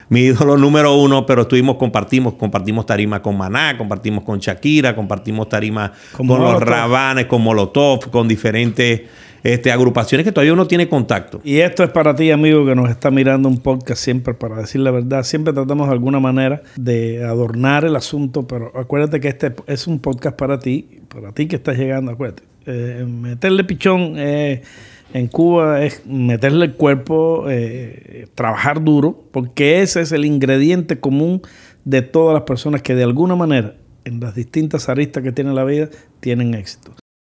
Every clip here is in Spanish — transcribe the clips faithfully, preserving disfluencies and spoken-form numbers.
mi ídolo número uno, pero estuvimos, compartimos, compartimos tarima con Maná, compartimos con Shakira, compartimos tarima con, con los Rabanes, con Molotov, con diferentes este, agrupaciones que todavía uno tiene contacto. Y esto es para ti, amigo, que nos está mirando un podcast siempre, para decir la verdad. Siempre tratamos de alguna manera de adornar el asunto, pero acuérdate que este es un podcast para ti, para ti que estás llegando, acuérdate. Eh, meterle pichón eh, en Cuba es meterle el cuerpo, eh, trabajar duro, porque ese es el ingrediente común de todas las personas que de alguna manera, en las distintas aristas que tiene la vida, tienen éxito.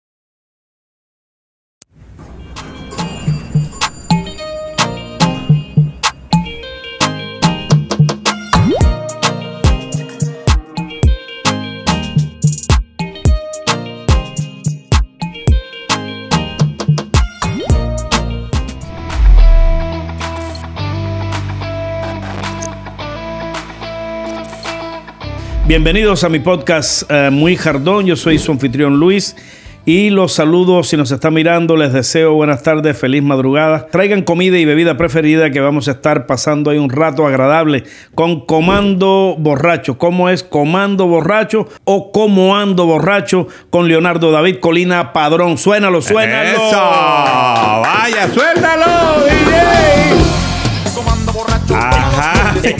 Bienvenidos a mi podcast uh, Muy Jardón. Yo soy su anfitrión Luis y los saludo. Si nos está mirando, les deseo buenas tardes, feliz madrugada. Traigan comida y bebida preferida, que vamos a estar pasando ahí un rato agradable con Comando Borracho. ¿Cómo es Comando Borracho o Cómo Ando Borracho? Con Leonardo David Colina Padrón. Suénalo, suénalo. ¡Eso! ¡Vaya, suéltalo, D J! Comando Borracho. Ajá.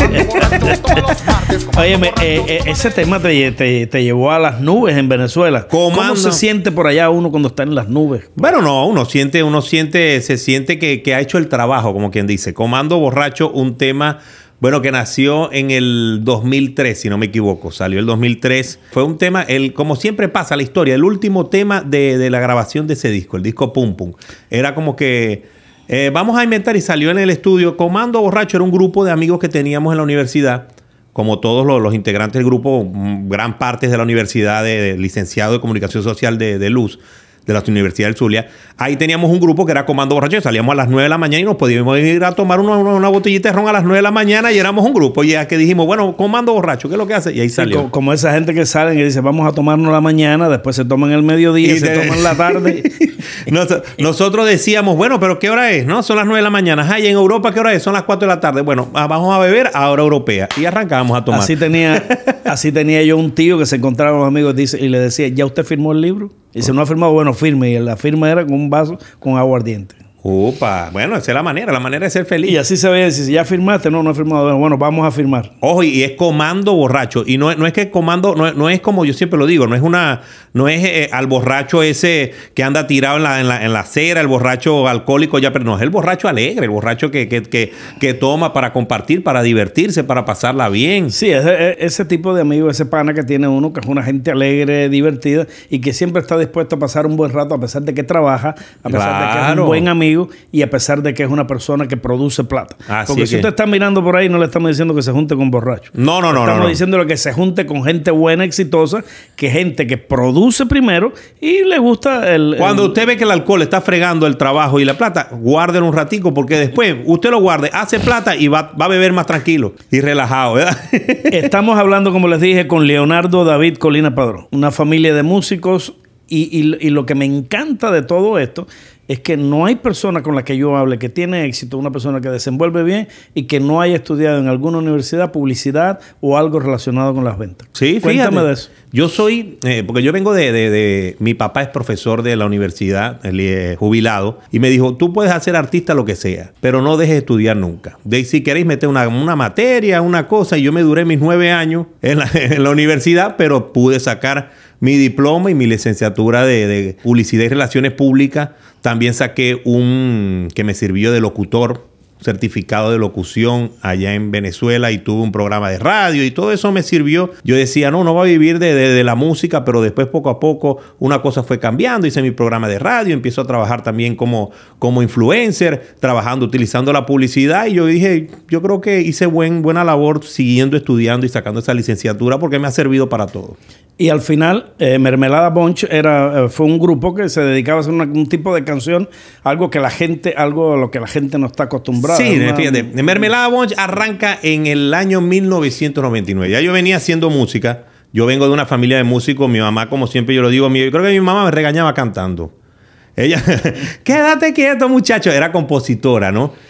Óyeme, eh, eh, ese tema te, te, te llevó a las nubes en Venezuela. Comando. ¿Cómo se siente por allá uno cuando está en las nubes? Bueno, no, uno siente, uno siente, se siente que, que ha hecho el trabajo, como quien dice. Comando Borracho, un tema, bueno, que nació en el dos mil tres, si no me equivoco. Salió el dos mil tres. Fue un tema, el, como siempre pasa la historia, el último tema de, de la grabación de ese disco, el disco Pum Pum. Era como que Eh, vamos a inventar, y salió en el estudio. Comando Borracho era un grupo de amigos que teníamos en la universidad. Como todos los, los integrantes del grupo, gran parte de la universidad de, de licenciado de Comunicación Social de, de Luz, de la Universidad del Zulia. Ahí teníamos un grupo que era Comando Borracho. Salíamos a las nueve de la mañana y nos podíamos ir a tomar una, una, una botellita de ron a las nueve de la mañana y éramos un grupo. Y ya que dijimos, bueno, Comando Borracho, ¿qué es lo que hace? Y ahí salió. Sí, como, como esa gente que salen y dice, vamos a tomarnos la mañana, después se toman el mediodía, y se de... toman la tarde. Nos, nosotros decíamos, bueno, pero ¿qué hora es? ¿No? Son las nueve de la mañana. Ay, en Europa, ¿qué hora es? Son las cuatro de la tarde. Bueno, vamos a beber a hora europea. Y arrancábamos a tomar. Así tenía, así tenía yo un tío que se encontraba con los amigos dice, y le decía, ¿ya usted firmó el libro? Y si no ha firmado, bueno, firme. Y la firma era con un vaso con aguardiente. Upa, bueno, esa es la manera, la manera de ser feliz. Y así se ve, si ya firmaste, no, no he firmado, bueno, vamos a firmar. Ojo, y es Comando Borracho. Y no, no es que comando, no, no es como yo siempre lo digo, no es una, no es eh, al borracho ese que anda tirado en la, en la, en la acera, el borracho alcohólico ya, pero no, es el borracho alegre, el borracho que, que, que, que toma para compartir, para divertirse, para pasarla bien. Sí, ese, ese tipo de amigo, ese pana que tiene uno, que es una gente alegre, divertida, y que siempre está dispuesto a pasar un buen rato, a pesar de que trabaja, a pesar Claro. de que es un buen amigo, y a pesar de que es una persona que produce plata. Así Porque si que... usted está mirando por ahí, no le estamos diciendo que se junte con borrachos. No, no, no. Estamos no, no. diciéndole que se junte con gente buena, exitosa, que gente que produce primero y le gusta el... Cuando el... usted ve que el alcohol está fregando el trabajo y la plata, guárdelo un ratico, porque después usted lo guarde, hace plata y va, va a beber más tranquilo y relajado, ¿verdad? Estamos hablando, como les dije, con Leonardo David Colina Padrón, una familia de músicos, y, y, y lo que me encanta de todo esto es que no hay persona con la que yo hable que tiene éxito, una persona que desenvuelve bien y que no haya estudiado en alguna universidad publicidad o algo relacionado con las ventas. Sí, Cuéntame fíjate. de eso. Yo soy, eh, porque yo vengo de, de, de, mi papá es profesor de la universidad, él es jubilado, y me dijo, tú puedes hacer artista lo que sea, pero no dejes de estudiar nunca. De, si queréis meter una, una materia, una cosa, y yo me duré mis nueve años en la, en la universidad, pero pude sacar mi diploma y mi licenciatura de, de publicidad y relaciones públicas. También saqué un que me sirvió de locutor, certificado de locución allá en Venezuela, y tuve un programa de radio y todo eso me sirvió. Yo decía, no, no voy a vivir de, de, de la música, pero después poco a poco una cosa fue cambiando. Hice mi programa de radio, empiezo a trabajar también como, como influencer, trabajando, utilizando la publicidad, y yo dije, yo creo que hice buen, buena labor siguiendo estudiando y sacando esa licenciatura porque me ha servido para todo. Y al final, eh, Mermelada Bunch era, eh, fue un grupo que se dedicaba a hacer una, un tipo de canción, algo que la gente, algo a lo que la gente no está acostumbrada. Sí, una, fíjate, Mermelada Bunch arranca en el año mil novecientos noventa y nueve. Ya yo venía haciendo música. Yo vengo de una familia de músicos. Mi mamá, como siempre yo lo digo, yo creo que mi mamá me regañaba cantando. Ella, quédate quieto, muchacho. Era compositora, ¿no?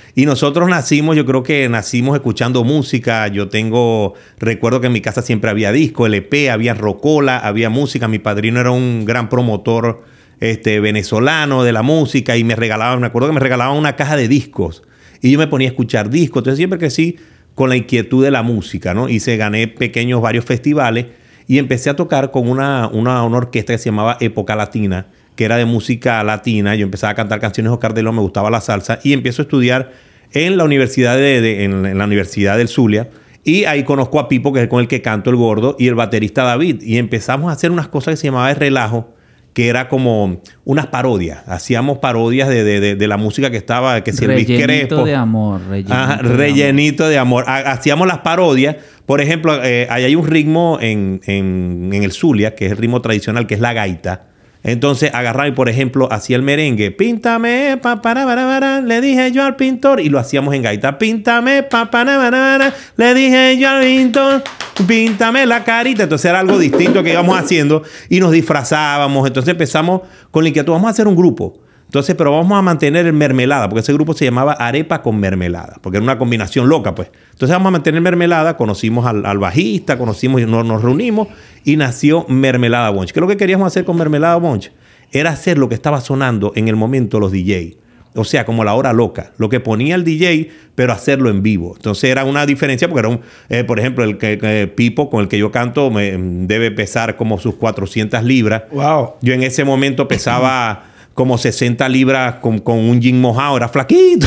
Y nosotros nacimos, yo creo que nacimos escuchando música. Yo tengo, recuerdo que en mi casa siempre había disco, L P, había rocola, había música. Mi padrino era un gran promotor este, venezolano de la música y me regalaban, me acuerdo que me regalaban una caja de discos. Y yo me ponía a escuchar discos. Entonces siempre crecí con la inquietud de la música, ¿no? Hice, gané pequeños varios festivales y empecé a tocar con una, una, una orquesta que se llamaba Época Latina, que era de música latina. Yo empezaba a cantar canciones de Oscar de León, me gustaba la salsa y empiezo a estudiar en la Universidad, de, de, en, en la Universidad del Zulia. Y ahí conozco a Pipo, que es con el que canto, el gordo, y el baterista David. Y empezamos a hacer unas cosas que se llamaba el relajo, que era como unas parodias. Hacíamos parodias de, de, de, de la música que estaba, que si Elvis Crespo. Rellenito de amor. Rellenito, Ajá, de, rellenito amor. de amor. Hacíamos las parodias. Por ejemplo, eh, ahí hay un ritmo en, en, en el Zulia, que es el ritmo tradicional, que es la gaita. Entonces agarraba y, por ejemplo, hacía el merengue. Píntame, pa, para, para, para, le dije yo al pintor. Y lo hacíamos en gaita. Píntame, pa, para, para, para, le dije yo al pintor. Píntame la carita. Entonces era algo distinto que íbamos haciendo. Y nos disfrazábamos. Entonces empezamos con la inquietud. Vamos a hacer un grupo. Entonces, pero vamos a mantener el mermelada, porque ese grupo se llamaba Arepa con Mermelada, porque era una combinación loca, pues. Entonces vamos a mantener mermelada, conocimos al, al bajista, conocimos y nos, nos reunimos y nació Mermelada Bunch. ¿Qué es lo que queríamos hacer con Mermelada Bunch? Era hacer lo que estaba sonando en el momento los D J. O sea, como la hora loca. Lo que ponía el D J, pero hacerlo en vivo. Entonces era una diferencia porque era un... Eh, por ejemplo, el que, que Pipo, con el que yo canto, me, debe pesar como sus cuatrocientas libras. Wow. Yo en ese momento pesaba... como sesenta libras con, con un jean mojado, era flaquito.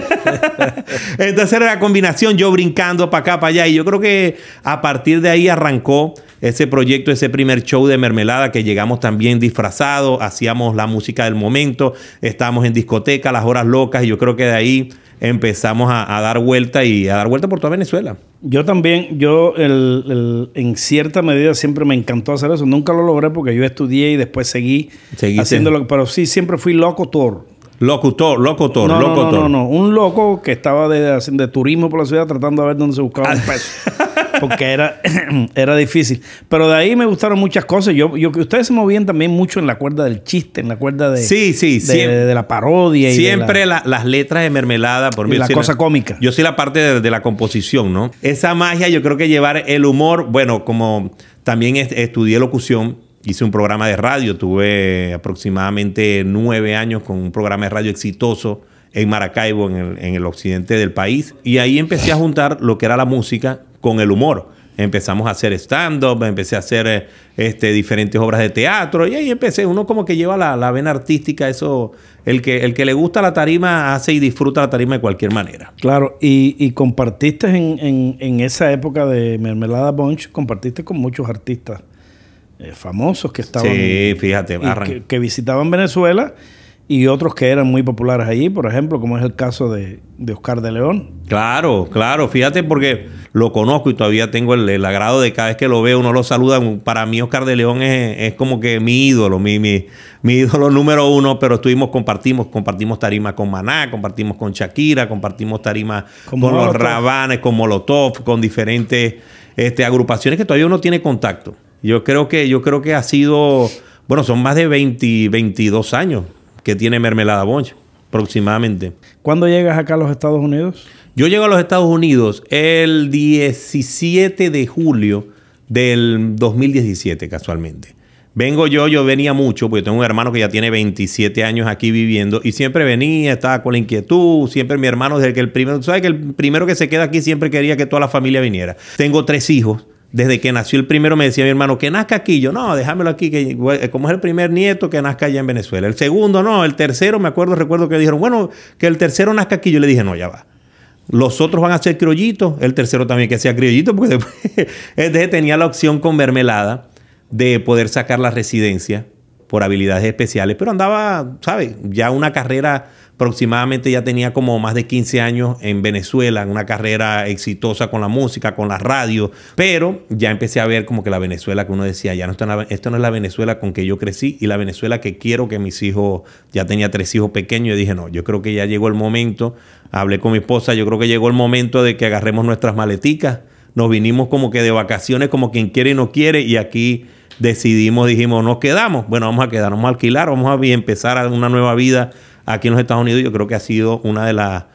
Entonces era la combinación, yo brincando para acá, para allá. Y yo creo que a partir de ahí arrancó ese proyecto, ese primer show de Mermelada, que llegamos también disfrazados, hacíamos la música del momento, estábamos en discoteca, las horas locas, y yo creo que de ahí empezamos a, a dar vuelta y a dar vuelta por toda Venezuela. Yo también, yo el, el, en cierta medida siempre me encantó hacer eso. Nunca lo logré porque yo estudié y después seguí Seguiste. haciéndolo. Pero sí, siempre fui locutor. Locutor, locutor, no, locutor. No, no, no, no. Un loco que estaba de, de turismo por la ciudad tratando de ver dónde se buscaba un peso. Porque era, era difícil. Pero de ahí me gustaron muchas cosas. Yo, yo que ustedes se movían también mucho en la cuerda del chiste, en la cuerda de, sí, sí, de, siempre, de, de la parodia. Siempre y de la, la, las letras de Mermelada. Por y mí, la cosa la, cómica. Yo soy la parte de, de la composición, ¿no? Esa magia, yo creo que llevar el humor, bueno, como también est estudié locución, hice un programa de radio, tuve aproximadamente nueve años con un programa de radio exitoso en Maracaibo, en el, en el occidente del país. Y ahí empecé a juntar lo que era la música con el humor. Empezamos a hacer stand-up, empecé a hacer este, diferentes obras de teatro y ahí empecé. Uno como que lleva la, la vena artística, eso, el que, el que le gusta la tarima hace y disfruta la tarima de cualquier manera. Claro, y, y compartiste en, en, en esa época de Mermelada Bunch, compartiste con muchos artistas eh, famosos que estaban... Sí, fíjate. Que, que visitaban Venezuela y otros que eran muy populares allí, por ejemplo, como es el caso de, de Oscar de León. Claro, claro. Fíjate porque lo conozco y todavía tengo el, el agrado de cada vez que lo veo, uno lo saluda. Para mí Oscar de León es, es como que mi ídolo, mi, mi, mi ídolo número uno, pero estuvimos, compartimos, compartimos tarima con Maná, compartimos con Shakira, compartimos tarima con, con los Rabanes, con Molotov, con diferentes este, agrupaciones que todavía uno tiene contacto. Yo creo que, yo creo que ha sido, bueno, son más de veinte, veintidós años que tiene Mermelada Bunch, aproximadamente. ¿Cuándo llegas acá a los Estados Unidos? Yo llego a los Estados Unidos el diecisiete de julio del dos mil diecisiete, casualmente. Vengo yo, yo venía mucho, porque tengo un hermano que ya tiene veintisiete años aquí viviendo y siempre venía, estaba con la inquietud, siempre mi hermano, desde que el primero, ¿sabes? Que el primero que se queda aquí siempre quería que toda la familia viniera. Tengo tres hijos. Desde que nació el primero me decía mi hermano, que nazca aquí. Yo, no, déjamelo aquí, que como es el primer nieto, que nazca allá en Venezuela. El segundo, no. El tercero, me acuerdo, recuerdo que dijeron, bueno, que el tercero nazca aquí. Yo le dije, no, ya va. Los otros van a ser criollitos. El tercero también que sea criollito, porque después entonces tenía la opción con Mermelada de poder sacar la residencia por habilidades especiales. Pero andaba, ¿sabes? Ya una carrera... Aproximadamente ya tenía como más de quince años en Venezuela, en una carrera exitosa con la música, con la radio, pero ya empecé a ver como que la Venezuela que uno decía, ya no está, esto no es la Venezuela con que yo crecí y la Venezuela que quiero que mis hijos, ya tenía tres hijos pequeños y dije, no, yo creo que ya llegó el momento, hablé con mi esposa, yo creo que llegó el momento de que agarremos nuestras maleticas, nos vinimos como que de vacaciones, como quien quiere y no quiere, y aquí decidimos, dijimos, nos quedamos, bueno, vamos a quedar, vamos a alquilar, vamos a empezar una nueva vida aquí en los Estados Unidos. Yo creo que ha sido una de las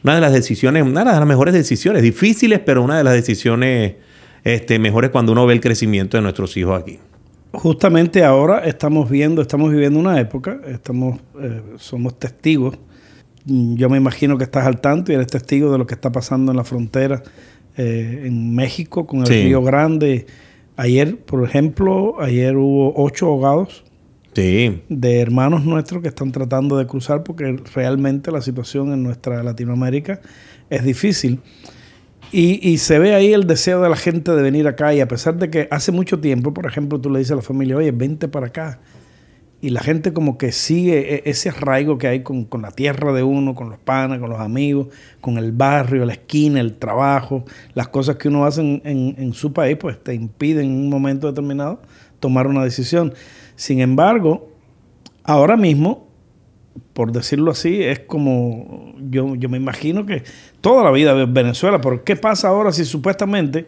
una de las decisiones, una de las mejores decisiones, difíciles, pero una de las decisiones este, mejores cuando uno ve el crecimiento de nuestros hijos aquí. Justamente ahora estamos viendo, estamos viviendo una época, estamos, eh, somos testigos. Yo me imagino que estás al tanto y eres testigo de lo que está pasando en la frontera eh, en México con el sí. Río Grande. Ayer, por ejemplo, ayer hubo ocho ahogados sí. de hermanos nuestros que están tratando de cruzar porque realmente la situación en nuestra Latinoamérica es difícil. Y, y se ve ahí el deseo de la gente de venir acá y a pesar de que hace mucho tiempo, por ejemplo, tú le dices a la familia, oye, vente para acá. Y la gente como que sigue ese arraigo que hay con, con la tierra de uno, con los panas, con los amigos, con el barrio, la esquina, el trabajo. Las cosas que uno hace en, en, en su país, pues te impiden en un momento determinado tomar una decisión. Sin embargo, ahora mismo, por decirlo así, es como, yo, yo me imagino que toda la vida de Venezuela, pero ¿qué pasa ahora si supuestamente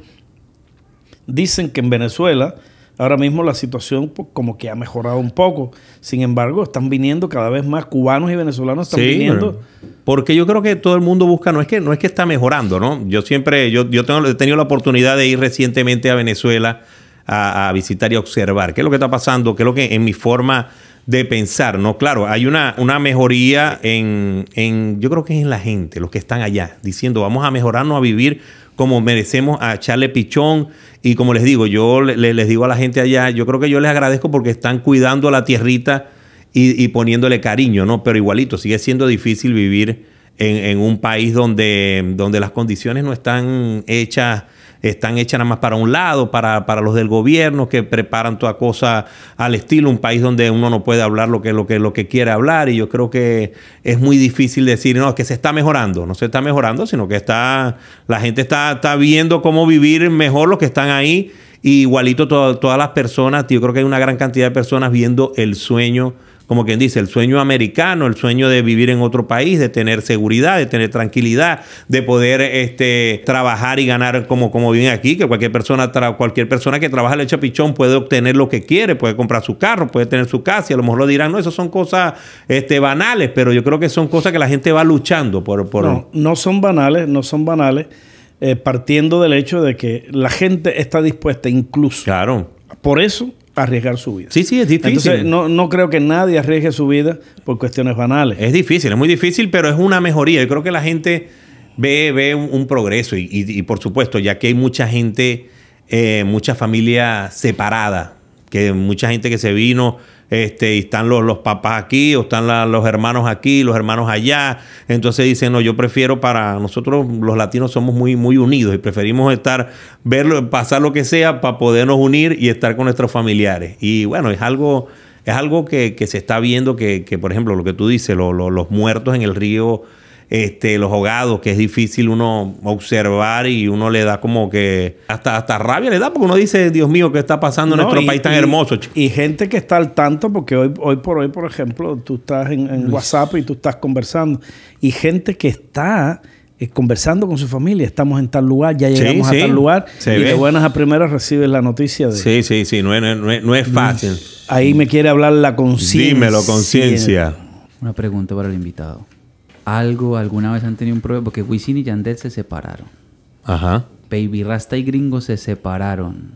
dicen que en Venezuela ahora mismo la situación pues, como que ha mejorado un poco? Sin embargo, están viniendo cada vez más cubanos y venezolanos están sí, viniendo. Porque yo creo que todo el mundo busca, no es que no es que está mejorando, ¿no? Yo siempre, yo, yo tengo, he tenido la oportunidad de ir recientemente a Venezuela a, a visitar y a observar qué es lo que está pasando, qué es lo que en mi forma de pensar, ¿no? Claro, hay una, una mejoría en, en, yo creo que es en la gente, los que están allá, diciendo vamos a mejorarnos, a vivir como merecemos, a echarle pichón. Y como les digo, yo le, les digo a la gente allá, yo creo que yo les agradezco porque están cuidando la tierrita y, y poniéndole cariño, ¿no? Pero igualito, sigue siendo difícil vivir en, en un país donde, donde las condiciones no están hechas, están hechas nada más para un lado, para, para los del gobierno que preparan toda cosa al estilo, un país donde uno no puede hablar lo que, lo que, lo que quiere hablar y yo creo que es muy difícil decir, no, que se está mejorando, no se está mejorando, sino que está, la gente está, está viendo cómo vivir mejor los que están ahí y igualito to, todas las personas, yo creo que hay una gran cantidad de personas viendo el sueño, como quien dice, el sueño americano, el sueño de vivir en otro país, de tener seguridad, de tener tranquilidad, de poder este, trabajar y ganar como, como viven aquí, que cualquier persona, cualquier persona que trabaja en el chapichón puede obtener lo que quiere, puede comprar su carro, puede tener su casa y a lo mejor lo dirán, no, eso son cosas este, banales, pero yo creo que son cosas que la gente va luchando por... por... No, no son banales, no son banales, eh, partiendo del hecho de que la gente está dispuesta incluso... Claro. Por eso... arriesgar su vida. Sí, sí, es difícil. Entonces, no, no creo que nadie arriesgue su vida por cuestiones banales. Es difícil, es muy difícil, pero es una mejoría. Yo creo que la gente ve, ve un, un progreso y, y, y, por supuesto, ya que hay mucha gente, eh, mucha familia separada, que mucha gente que se vino... Este, y están los, los papás aquí o están la, los hermanos aquí, los hermanos allá. Entonces dicen, no, yo prefiero para nosotros los latinos somos muy, muy unidos y preferimos estar, verlo, pasar lo que sea para podernos unir y estar con nuestros familiares. Y bueno, es algo, es algo que, que se está viendo que, que, por ejemplo, lo que tú dices, lo, lo, los muertos en el río, este, los ahogados, que es difícil uno observar y uno le da como que hasta, hasta rabia le da porque uno dice, Dios mío, ¿qué está pasando en no, nuestro y, país tan y, hermoso? Y gente que está al tanto, porque hoy, hoy por hoy, por ejemplo, tú estás en, en WhatsApp y tú estás conversando, y gente que está eh, conversando con su familia, estamos en tal lugar, ya llegamos sí, a sí, tal lugar, y ve. De buenas a primeras recibes la noticia de... Sí, sí, sí, no es, no es, no es fácil. Ahí me quiere hablar la conciencia. Dímelo, conciencia. Una pregunta para el invitado. ¿Algo, alguna vez han tenido un problema? Porque Wisin y Yandel se separaron. Ajá. Baby Rasta y Gringo se separaron.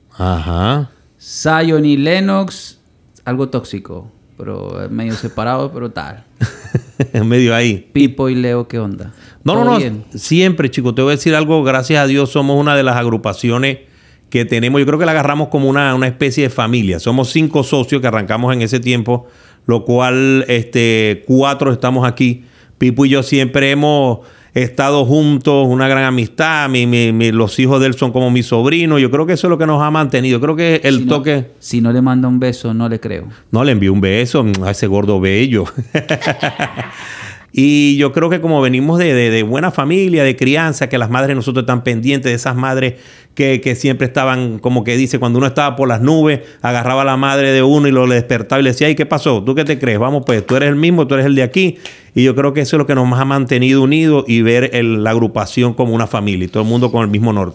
Ajá. Zion y Lennox, algo tóxico, pero medio separado, pero tal. En medio ahí. Pipo y Leo, ¿qué onda? No, no, no. Bien? Siempre, chicos. Te voy a decir algo. Gracias a Dios somos una de las agrupaciones que tenemos. Yo creo que la agarramos como una, una especie de familia. Somos cinco socios que arrancamos en ese tiempo, lo cual este, cuatro estamos aquí. Pipo y yo siempre hemos estado juntos, una gran amistad. Mi, mi, mi, los hijos de él son como mis sobrinos. Yo creo que eso es lo que nos ha mantenido. Creo que el si toque... No, si no le manda un beso, no le creo. No, le envío un beso a ese gordo bello. Y yo creo que como venimos de, de, de buena familia, de crianza, que las madres de nosotros están pendientes de esas madres que, que siempre estaban, como que dice, cuando uno estaba por las nubes, agarraba a la madre de uno y lo le despertaba y le decía, ay, ¿qué pasó? ¿Tú qué te crees? Vamos pues, tú eres el mismo, tú eres el de aquí. Y yo creo que eso es lo que nos ha mantenido unidos y ver el, la agrupación como una familia y todo el mundo con el mismo norte.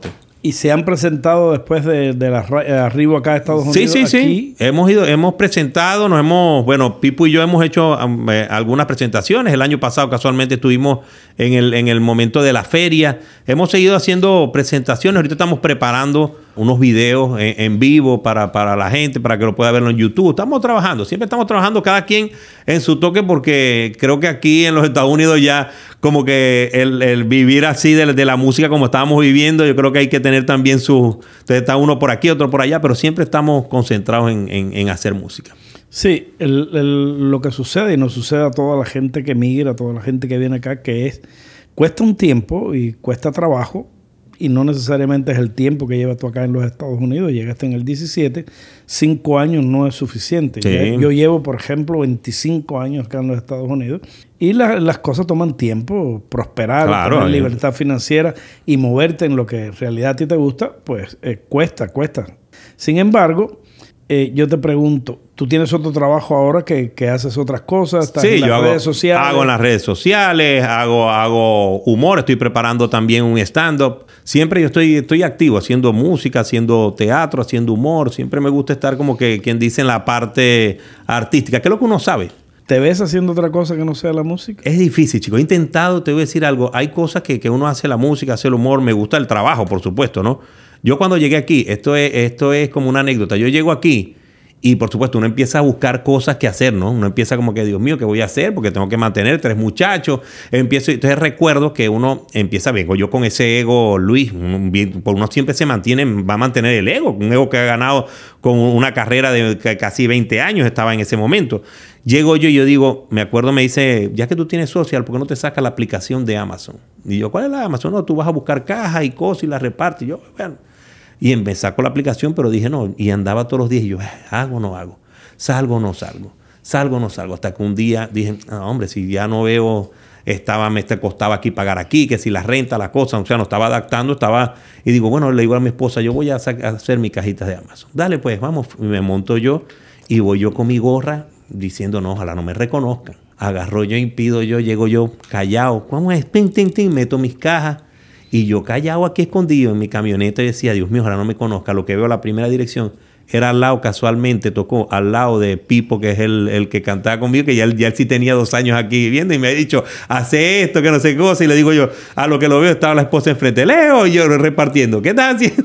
¿Y se han presentado después de, de la, arribo acá a Estados Unidos? Sí, sí, aquí? sí. Hemos ido, hemos presentado, nos hemos, bueno, Pipo y yo hemos hecho um, eh, algunas presentaciones. El año pasado casualmente estuvimos en el, en el momento de la feria. Hemos seguido haciendo presentaciones. Ahorita estamos preparando unos videos en, en vivo para, para la gente, para que lo pueda verlo en YouTube. Estamos trabajando, siempre estamos trabajando cada quien en su toque, porque creo que aquí en los Estados Unidos ya como que el, el vivir así de, de la música como estábamos viviendo, yo creo que hay que tener también su... Entonces está uno por aquí, otro por allá, pero siempre estamos concentrados en, en, en hacer música. Sí, el, el, lo que sucede y nos sucede a toda la gente que migra, a toda la gente que viene acá, que es, cuesta un tiempo y cuesta trabajo, y no necesariamente es el tiempo que llevas tú acá en los Estados Unidos. Llegaste en el diecisiete, cinco años no es suficiente. Sí. Ya, yo llevo, por ejemplo, veinticinco años acá en los Estados Unidos, y la, las cosas toman tiempo. Prosperar, claro, tener eh. libertad financiera y moverte en lo que en realidad a ti te gusta, pues eh, cuesta, cuesta. Sin embargo, eh, yo te pregunto, ¿tú tienes otro trabajo ahora que, que haces otras cosas? ¿Estás Sí, en las yo redes hago, sociales? hago en las redes sociales, hago, hago humor, estoy preparando también un stand-up. Siempre yo estoy, estoy activo haciendo música, haciendo teatro, haciendo humor. Siempre me gusta estar como que quien dice en la parte artística, que es lo que uno sabe. ¿Te ves haciendo otra cosa que no sea la música? Es difícil, chico. He intentado, te voy a decir algo. Hay cosas que, que uno hace la música, hace el humor. Me gusta el trabajo, por supuesto, ¿no? Yo cuando llegué aquí, esto es, esto es como una anécdota. Yo llego aquí y, por supuesto, uno empieza a buscar cosas que hacer, ¿no? Uno empieza como que, Dios mío, ¿qué voy a hacer? Porque tengo que mantener tres muchachos. Empiezo, entonces recuerdo que uno empieza, vengo yo con ese ego, Luis, uno, uno siempre se mantiene, va a mantener el ego. Un ego que ha ganado con una carrera de casi veinte años, estaba en ese momento. Llego yo y yo digo, me acuerdo, me dice, ya que tú tienes social, ¿por qué no te sacas la aplicación de Amazon? Y yo, ¿cuál es la de Amazon? No, tú vas a buscar cajas y cosas y las repartes. Y yo, bueno... Y me saco la aplicación, pero dije no. Y andaba todos los días y yo, ¿hago o no hago? ¿Salgo o no salgo? ¿Salgo o no salgo? Hasta que un día dije, no, hombre, si ya no veo, estaba, me costaba aquí pagar aquí, que si la renta, la cosa, o sea, no estaba adaptando, estaba... Y digo, bueno, le digo a mi esposa, yo voy a, a hacer mi cajita de Amazon. Dale, pues, vamos. Y me monto yo y voy yo con mi gorra diciendo, no, ojalá no me reconozcan. Agarro yo, impido yo, llego yo callado. ¿Cómo es? Ping, ting, ting, meto mis cajas. Y yo callado aquí escondido en mi camioneta y decía, Dios mío, ojalá no me conozca. Lo que veo la primera dirección era al lado, casualmente tocó al lado de Pipo, que es el, el que cantaba conmigo, que ya él, ya él sí tenía dos años aquí viviendo y me ha dicho, hace esto, que no sé qué cosa. Y le digo yo, a lo que lo veo estaba la esposa enfrente, Leo, y yo repartiendo. ¿Qué estás haciendo?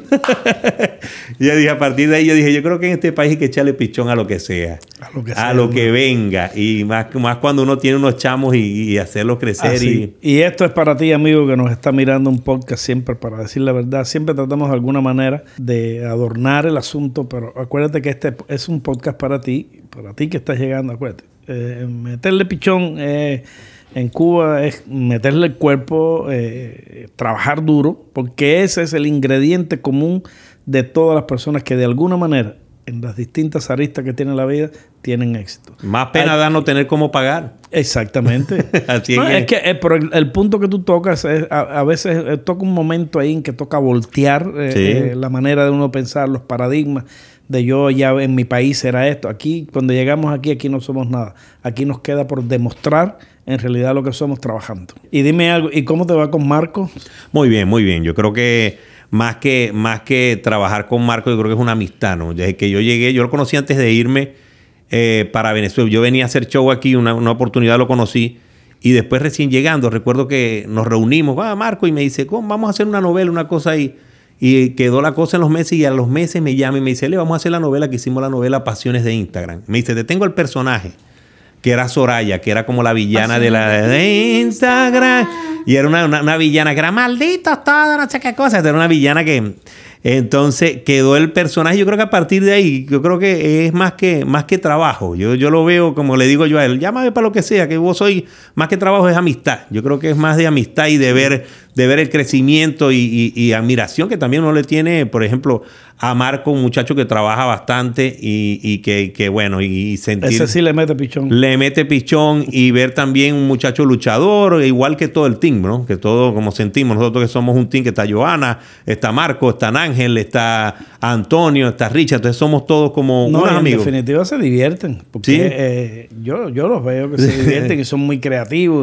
Y yo dije, a partir de ahí, yo dije, yo creo que en este país hay que echarle pichón a lo que sea. A lo que, a sea, lo ¿no? que venga. Y más, más cuando uno tiene unos chamos y, y hacerlos crecer. Y... y esto es para ti, amigo, que nos está mirando un podcast siempre, para decir la verdad. Siempre tratamos de alguna manera de adornar el asunto, pero acuérdate que este es un podcast para ti, para ti que estás llegando, acuérdate. Eh, meterle pichón eh, en Cuba es meterle el cuerpo, eh, trabajar duro, porque ese es el ingrediente común de todas las personas que de alguna manera, en las distintas aristas que tiene la vida, tienen éxito. Más pena da no tener cómo pagar. Exactamente. Así no, es. es que eh, pero el, el punto que tú tocas, es, a, a veces eh, toca un momento ahí en que toca voltear eh, Sí. eh, la manera de uno pensar, los paradigmas de yo ya en mi país era esto. Aquí, cuando llegamos aquí, aquí no somos nada. Aquí nos queda por demostrar en realidad lo que somos trabajando. Y dime algo, ¿y cómo te va con Marco? Muy bien, muy bien. Yo creo que más que, más que trabajar con Marco, yo creo que es una amistad, ¿no? Desde que yo llegué, yo lo conocí antes de irme eh, para Venezuela. Yo venía a hacer show aquí, una, una oportunidad lo conocí. Y después recién llegando, recuerdo que nos reunimos, ah, Marco, y me dice, ¿cómo? Vamos a hacer una novela, una cosa ahí. Y quedó la cosa en los meses y a los meses me llama y me dice, le vamos a hacer la novela que hicimos la novela Pasiones de Instagram. Me dice, te tengo el personaje, que era Soraya, que era como la villana de la de Instagram. Y era una, una, una villana que era maldita, todo, no sé qué cosa. Era una villana que... Entonces quedó el personaje. Yo creo que a partir de ahí, yo creo que es más que, más que trabajo. Yo, yo lo veo, como le digo yo a él, llámame para lo que sea, que vos soy, más que trabajo es amistad. Yo creo que es más de amistad y de ver, de ver el crecimiento y, y, y admiración que también uno le tiene, por ejemplo, a Marco, un muchacho que trabaja bastante y, y que, que, bueno, y sentir... Ese sí le mete pichón. Le mete pichón y ver también un muchacho luchador, igual que todo el team, ¿no? Que todo, como sentimos nosotros que somos un team, que está Joana, está Marco, está Ángel, está Antonio, está Richard, entonces somos todos como no, unos en amigos. En definitiva se divierten, porque ¿Sí? eh, yo, yo los veo que se divierten y son muy creativos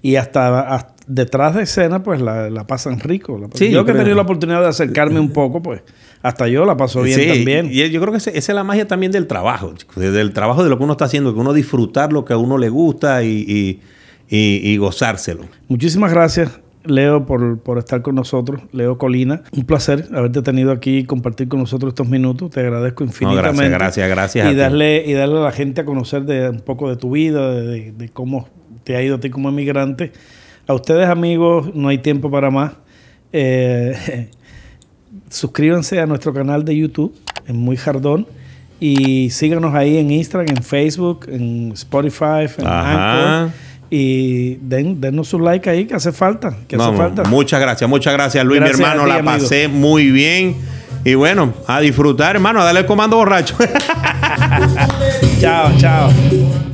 y hasta, hasta detrás de escena, pues la, la pasan rico. La, Sí, yo, yo que he creo. tenido la oportunidad de acercarme un poco, pues hasta yo la paso bien Sí, también. Y yo creo que ese- esa es la magia también del trabajo, chicos, del trabajo de lo que uno está haciendo, que uno disfrutar lo que a uno le gusta y, y, y, y gozárselo. Muchísimas gracias, Leo, por, por estar con nosotros. Leo Colina, un placer haberte tenido aquí y compartir con nosotros estos minutos. Te agradezco No, infinitamente. gracias, gracias, gracias. a Y ti. darle, y darle a la gente a conocer de un poco de tu vida, de, de- de cómo te ha ido a ti como emigrante. A ustedes, amigos, no hay tiempo para más. Eh, suscríbanse a nuestro canal de YouTube, en Muy Jardón, y síganos ahí en Instagram, en Facebook, en Spotify, en Ajá. Anchor. Y den, dennos su like ahí, que hace falta. Que hace Vamos, falta. muchas gracias, muchas gracias, Luis, Gracias mi hermano. a ti, La amigo. pasé muy bien. Y bueno, a disfrutar, hermano, a darle el comando borracho. Chao, chao.